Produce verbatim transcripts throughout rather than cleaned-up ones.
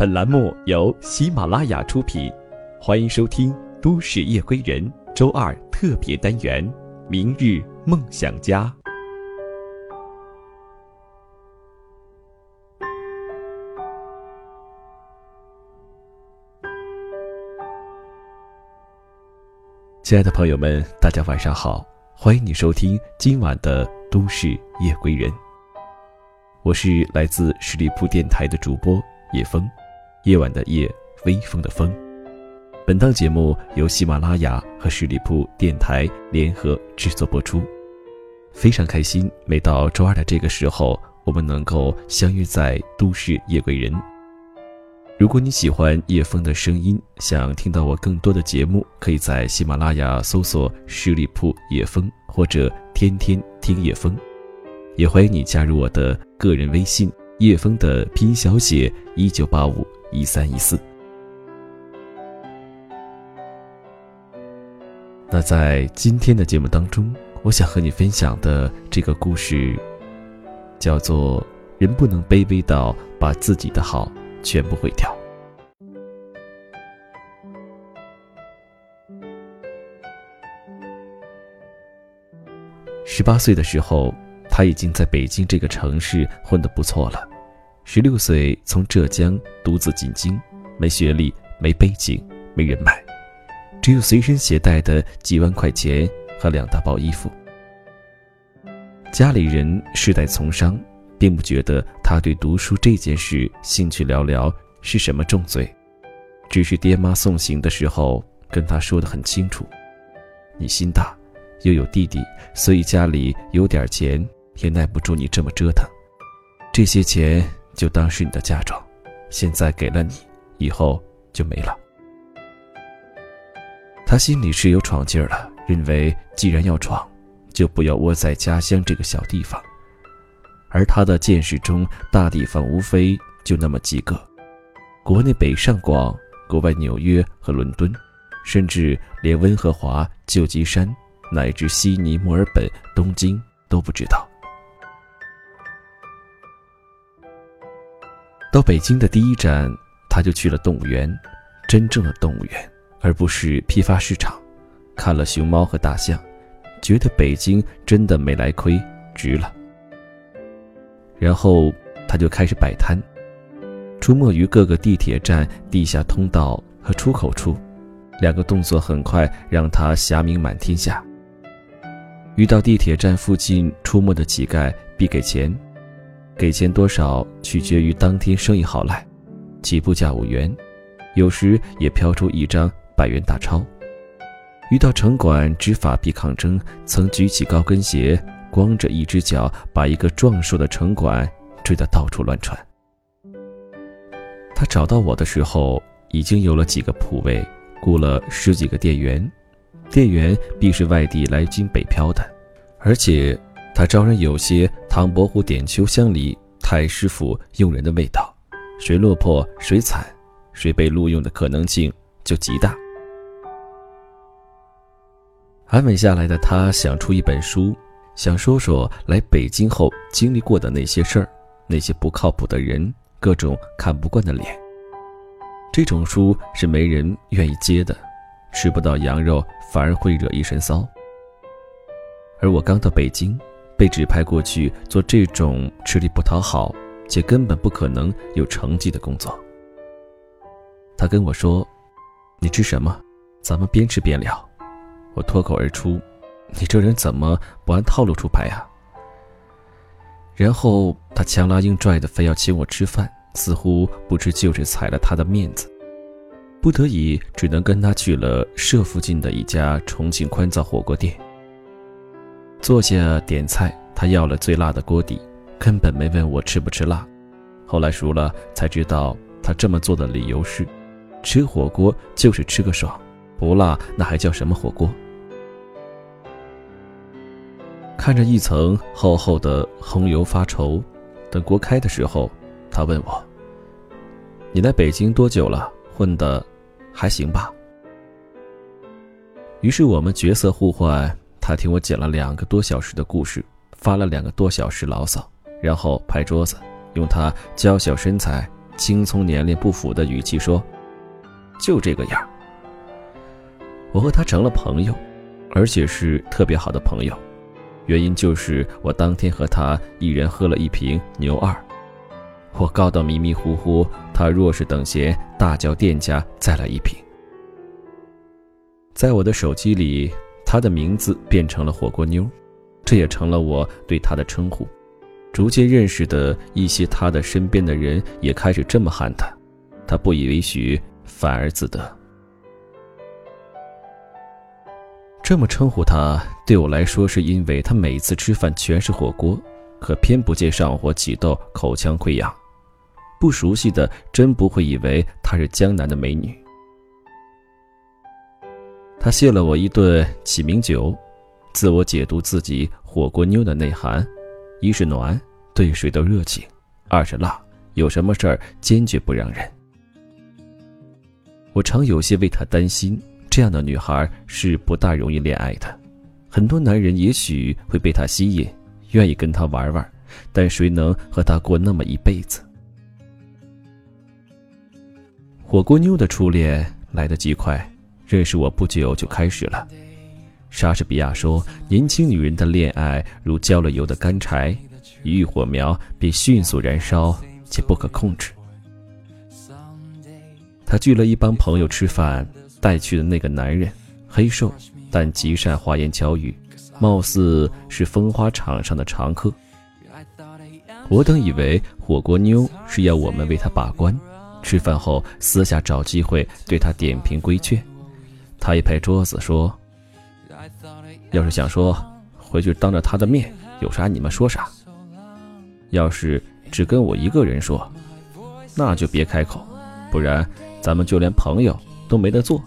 本栏目由喜马拉雅出品，欢迎收听《都市夜归人》周二特别单元《明日梦想家》。亲爱的朋友们，大家晚上好，欢迎你收听今晚的《都市夜归人》，我是来自十里铺电台的主播叶枫，夜晚的夜，微风的风。本档节目由喜马拉雅和十里铺电台联合制作播出。非常开心，每到周二的这个时候，我们能够相约在都市夜归人。如果你喜欢叶枫的声音，想听到我更多的节目，可以在喜马拉雅搜索十里铺叶枫或者天天听叶枫，也欢迎你加入我的个人微信叶枫的拼音小写一九八五一三一四。那在今天的节目当中，我想和你分享的这个故事叫做人不能卑微到把自己的好全部毁掉。十八岁的时候，他已经在北京这个城市混得不错了。十六岁从浙江独自进京，没学历，没背景，没人脉，只有随身携带的几万块钱和两大包衣服。家里人世代从商，并不觉得他对读书这件事兴趣寥寥是什么重罪，只是爹妈送行的时候跟他说得很清楚，你心大又有弟弟，所以家里有点钱也耐不住你这么折腾，这些钱就当是你的嫁妆，现在给了你，以后就没了。他心里是有闯劲儿了，认为既然要闯，就不要窝在家乡这个小地方。而他的见识中，大地方无非就那么几个，国内北上广，国外纽约和伦敦，甚至连温哥华、旧金山乃至悉尼、墨尔本、东京都不知道。到北京的第一站，他就去了动物园，真正的动物园，而不是批发市场，看了熊猫和大象，觉得北京真的没来亏，值了。然后他就开始摆摊，出没于各个地铁站、地下通道和出口处，两个动作很快让他侠名满天下。遇到地铁站附近出没的乞丐，必给钱，给钱多少取决于当天生意好赖，起步价五元，有时也飘出一张百元大钞。遇到城管执法必抗争，曾举起高跟鞋，光着一只脚把一个壮硕的城管追得到处乱窜。他找到我的时候，已经有了几个铺位，雇了十几个店员，店员必是外地来京北漂的，而且他招人有些唐伯虎点秋香里太师傅用人的味道，谁落魄谁惨，谁被录用的可能性就极大。安稳下来的他想出一本书，想说说来北京后经历过的那些事儿，那些不靠谱的人，各种看不惯的脸。这种书是没人愿意接的，吃不到羊肉反而会惹一身骚。而我刚到北京，被指派过去做这种吃力不讨好且根本不可能有成绩的工作。他跟我说，你吃什么？咱们边吃边聊。我脱口而出，你这人怎么不按套路出牌啊？然后他强拉硬拽的非要请我吃饭，似乎不知就是踩了他的面子，不得已只能跟他去了社附近的一家重庆宽灶火锅店。坐下点菜，他要了最辣的锅底，根本没问我吃不吃辣。后来熟了才知道，他这么做的理由是，吃火锅就是吃个爽，不辣那还叫什么火锅？看着一层厚厚的红油发愁，等锅开的时候，他问我，你来北京多久了？混得还行吧？于是我们角色互换，他听我讲了两个多小时的故事，发了两个多小时牢骚，然后拍桌子，用他娇小身材青葱年龄不符的语气说，就这个样。我和他成了朋友，而且是特别好的朋友，原因就是我当天和他一人喝了一瓶牛二，我告到迷迷糊糊，他若是等闲，大叫店家再来一瓶。在我的手机里，他的名字变成了火锅妞，这也成了我对他的称呼。逐渐认识的一些他的身边的人也开始这么喊他，他不以为许，反而自得。这么称呼他，对我来说是因为他每次吃饭全是火锅，可偏不见上火起痘，口腔溃疡。不熟悉的真不会以为她是江南的美女。他谢了我一顿起名酒，自我解读自己火锅妞的内涵：一是暖，对谁都热情；二是辣，有什么事儿坚决不让人。我常有些为她担心，这样的女孩是不大容易恋爱的。很多男人也许会被她吸引，愿意跟她玩玩，但谁能和她过那么一辈子？火锅妞的初恋来得极快，认识我不久就开始了。莎士比亚说，年轻女人的恋爱如浇了油的干柴，一遇火苗便迅速燃烧且不可控制。他聚了一帮朋友吃饭，带去的那个男人黑瘦，但极善花言巧语，貌似是风花场上的常客。我等以为火锅妞是要我们为他把关，吃饭后私下找机会对他点评规劝。他一拍桌子说，要是想说，回去当着他的面，有啥你们说啥。要是只跟我一个人说，那就别开口，不然咱们就连朋友都没得做。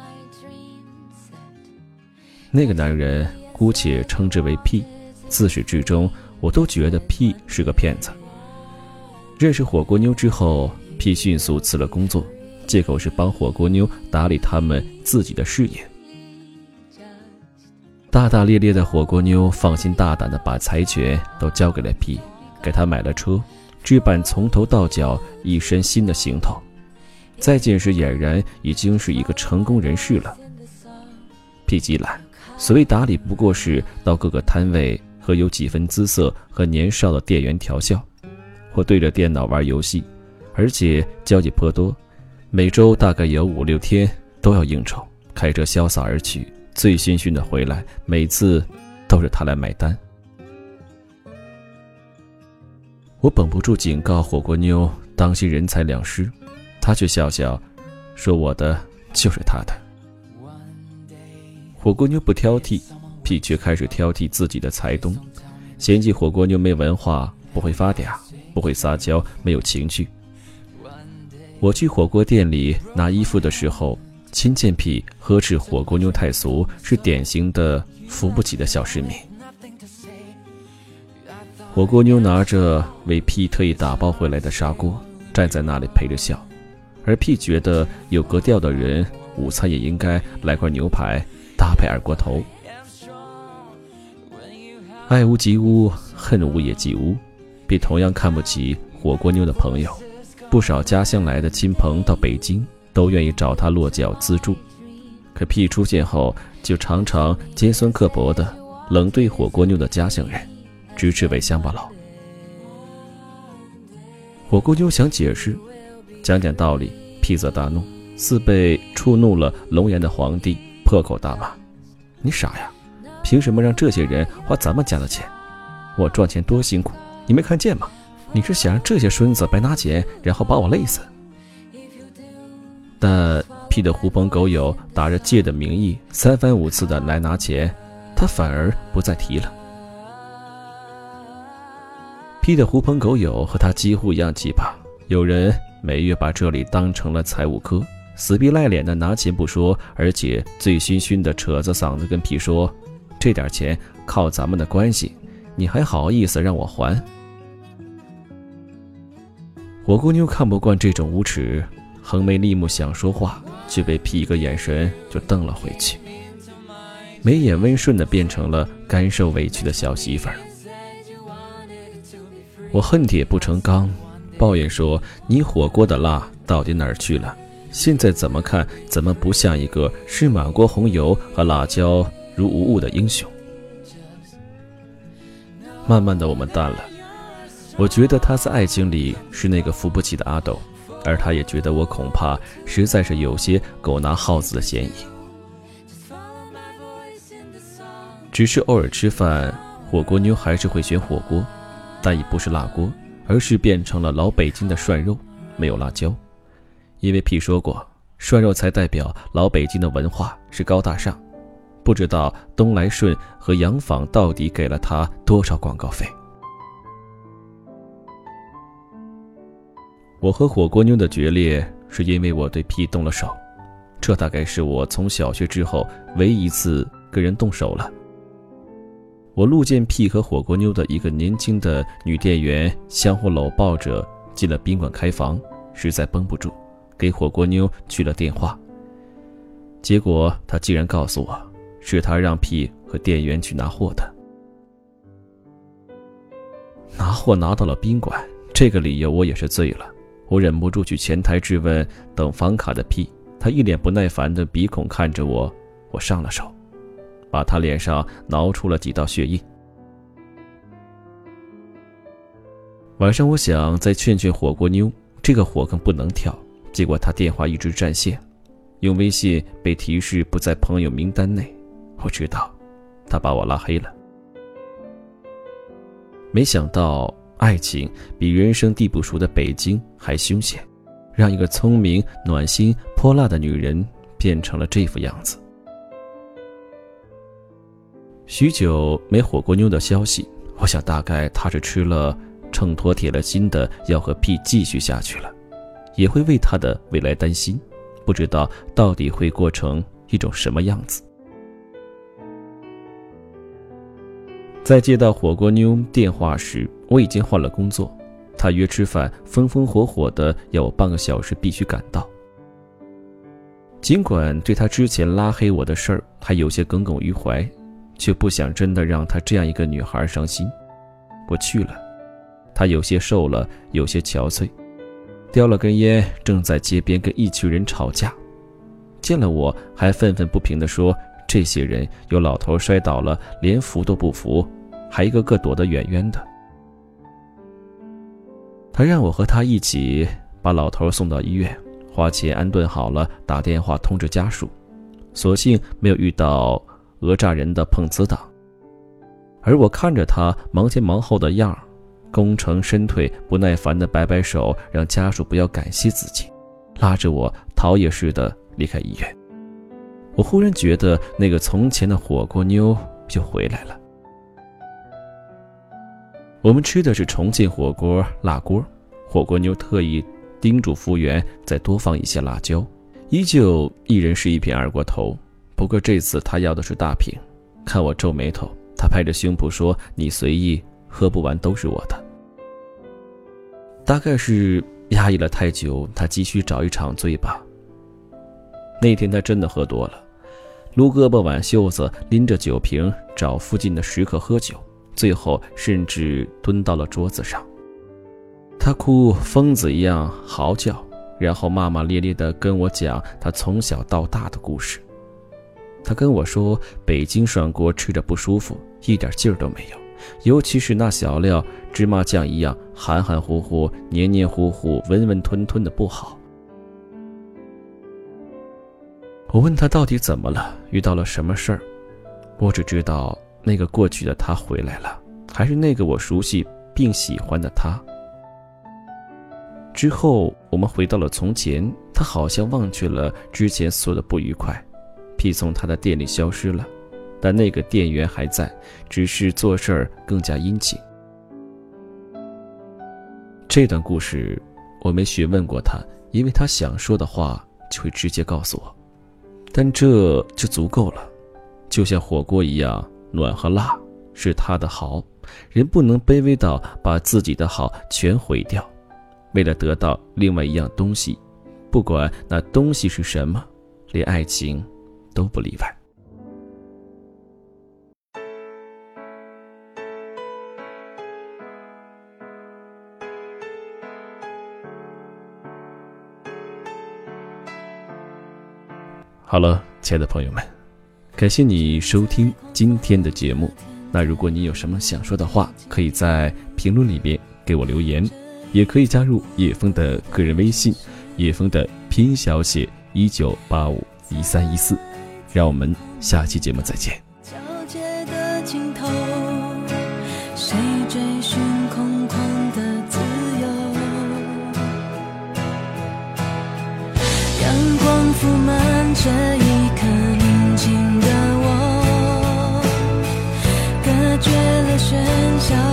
那个男人姑且称之为 P， 自始至终我都觉得 P 是个骗子。认识火锅妞之后， P 迅速辞了工作，借口是帮火锅妞打理他们自己的事业。大大咧咧的火锅妞放心大胆地把财权都交给了 P， 给他买了车，置办从头到脚一身新的行头。再见时俨然已经是一个成功人士了。 P 极懒，所谓打理不过是到各个摊位和有几分姿色和年少的店员调笑，或对着电脑玩游戏，而且交际颇多，每周大概有五六天都要应酬，开车潇洒而去，醉醺醺的回来，每次都是他来买单。我绷不住警告火锅妞当心人财两失，他却笑笑说，我的就是他的。火锅妞不挑剔， P 却开始挑剔自己的财东，嫌弃火锅妞没文化，不会发嗲，不会撒娇，没有情趣。我去火锅店里拿衣服的时候，亲见 P 呵斥火锅妞太俗，是典型的扶不起的小市民。火锅妞拿着为 P 特意打包回来的砂锅，站在那里陪着笑，而 P 觉得有格调的人午餐也应该来块牛排搭配二锅头。爱屋及乌，恨屋也及乌，P同样看不起火锅妞的朋友，不少家乡来的亲朋到北京都愿意找他落脚资助，可 P 出现后就常常尖酸刻薄的冷对火锅妞的家乡人，直斥为乡巴佬。火锅妞想解释，讲讲道理， P 则大怒，似被触怒了龙颜的皇帝，破口大骂，你傻呀，凭什么让这些人花咱们家的钱？我赚钱多辛苦，你没看见吗？你是想让这些孙子白拿钱，然后把我累死？但 P 的狐朋狗友打着借的名义三番五次的来拿钱，他反而不再提了。P 的狐朋狗友和他几乎一样奇葩，有人每月把这里当成了财务科，死皮赖脸的拿钱不说，而且醉醺醺的扯着嗓子跟 P 说，这点钱靠咱们的关系，你还好意思让我还？火锅妞看不惯这种无耻，横眉立目想说话，却被 P 一个眼神就瞪了回去，眉眼温顺的变成了干受委屈的小媳妇儿。我恨铁不成钢， 抱怨说你火锅的辣到底哪儿去了？现在怎么看怎么不像一个视满锅红油和辣椒如无物的英雄。慢慢的我们淡了，我觉得他在爱情里是那个扶不起的阿斗，而他也觉得我恐怕实在是有些狗拿耗子的嫌疑。只是偶尔吃饭，火锅妞还是会选火锅，但已不是辣锅，而是变成了老北京的涮肉，没有辣椒。因为P说过，涮肉才代表老北京的文化是高大上。不知道东来顺和洋坊到底给了他多少广告费。我和火锅妞的决裂是因为我对 P 动了手，这大概是我从小学之后唯一一次跟人动手了。我路见 P 和火锅妞的一个年轻的女店员相互搂抱着进了宾馆开房，实在绷不住，给火锅妞去了电话。结果她竟然告诉我，是她让 P 和店员去拿货的。拿货拿到了宾馆，这个理由我也是醉了。我忍不住去前台质问等房卡的 P， 他一脸不耐烦的鼻孔看着我，我上了手，把他脸上挠出了几道血印。晚上我想再劝劝火锅妞，这个火更不能跳，结果他电话一直占线，用微信被提示不在朋友名单内，我知道他把我拉黑了。没想到爱情比人生地不熟的北京还凶险，让一个聪明、暖心、泼辣的女人变成了这副样子。许久没火锅妞的消息，我想大概她是吃了秤砣铁了心的要和 P 继续下去了，也会为他的未来担心，不知道到底会过成一种什么样子。在接到火锅妞电话时，我已经换了工作，她约吃饭，风风火火的要我半个小时必须赶到。尽管对她之前拉黑我的事儿还有些耿耿于怀，却不想真的让她这样一个女孩伤心。我去了，她有些瘦了，有些憔悴，叼了根烟，正在街边跟一群人吵架。见了我还愤愤不平地说，这些人有老头摔倒了连扶都不扶，还一个个躲得远远的。他让我和他一起把老头送到医院，花钱安顿好了，打电话通知家属。所幸没有遇到讹诈人的碰瓷党。而我看着他忙前忙后的样儿，功成身退，不耐烦地摆摆手，让家属不要感谢自己，拉着我逃也似的离开医院。我忽然觉得那个从前的火锅妞又回来了。我们吃的是重庆火锅辣锅，火锅妞特意叮嘱服务员再多放一些辣椒，依旧一人是一瓶二锅头，不过这次他要的是大瓶。看我皱眉头，他拍着胸脯说，你随意，喝不完都是我的。大概是压抑了太久，他急需找一场醉吧。那天他真的喝多了，撸胳膊挽袖子，拎着酒瓶找附近的食客喝酒，最后甚至蹲到了桌子上。他哭疯子一样嚎叫，然后骂骂咧咧地跟我讲他从小到大的故事。他跟我说，北京涮锅吃着不舒服，一点劲儿都没有，尤其是那小料芝麻酱一样含含糊糊、黏黏糊糊、温温吞吞的不好。我问他到底怎么了，遇到了什么事儿。我只知道那个过去的他回来了，还是那个我熟悉并喜欢的他。之后我们回到了从前，他好像忘却了之前所有的不愉快。P 从他的店里消失了，但那个店员还在，只是做事儿更加殷勤。这段故事我没询问过他，因为他想说的话就会直接告诉我，但这就足够了。就像火锅一样，暖和辣是他的好，人不能卑微到把自己的好全毁掉，为了得到另外一样东西，不管那东西是什么，连爱情都不例外。 好了，亲爱的朋友们，感谢你收听今天的节目。那如果你有什么想说的话，可以在评论里边给我留言，也可以加入叶枫的个人微信，叶枫的拼音小写一九八五一三一四。让我们下期节目再见。 交界的尽头，谁追寻空旷的自由？阳光铺满这一刻宁静的我，隔绝了喧嚣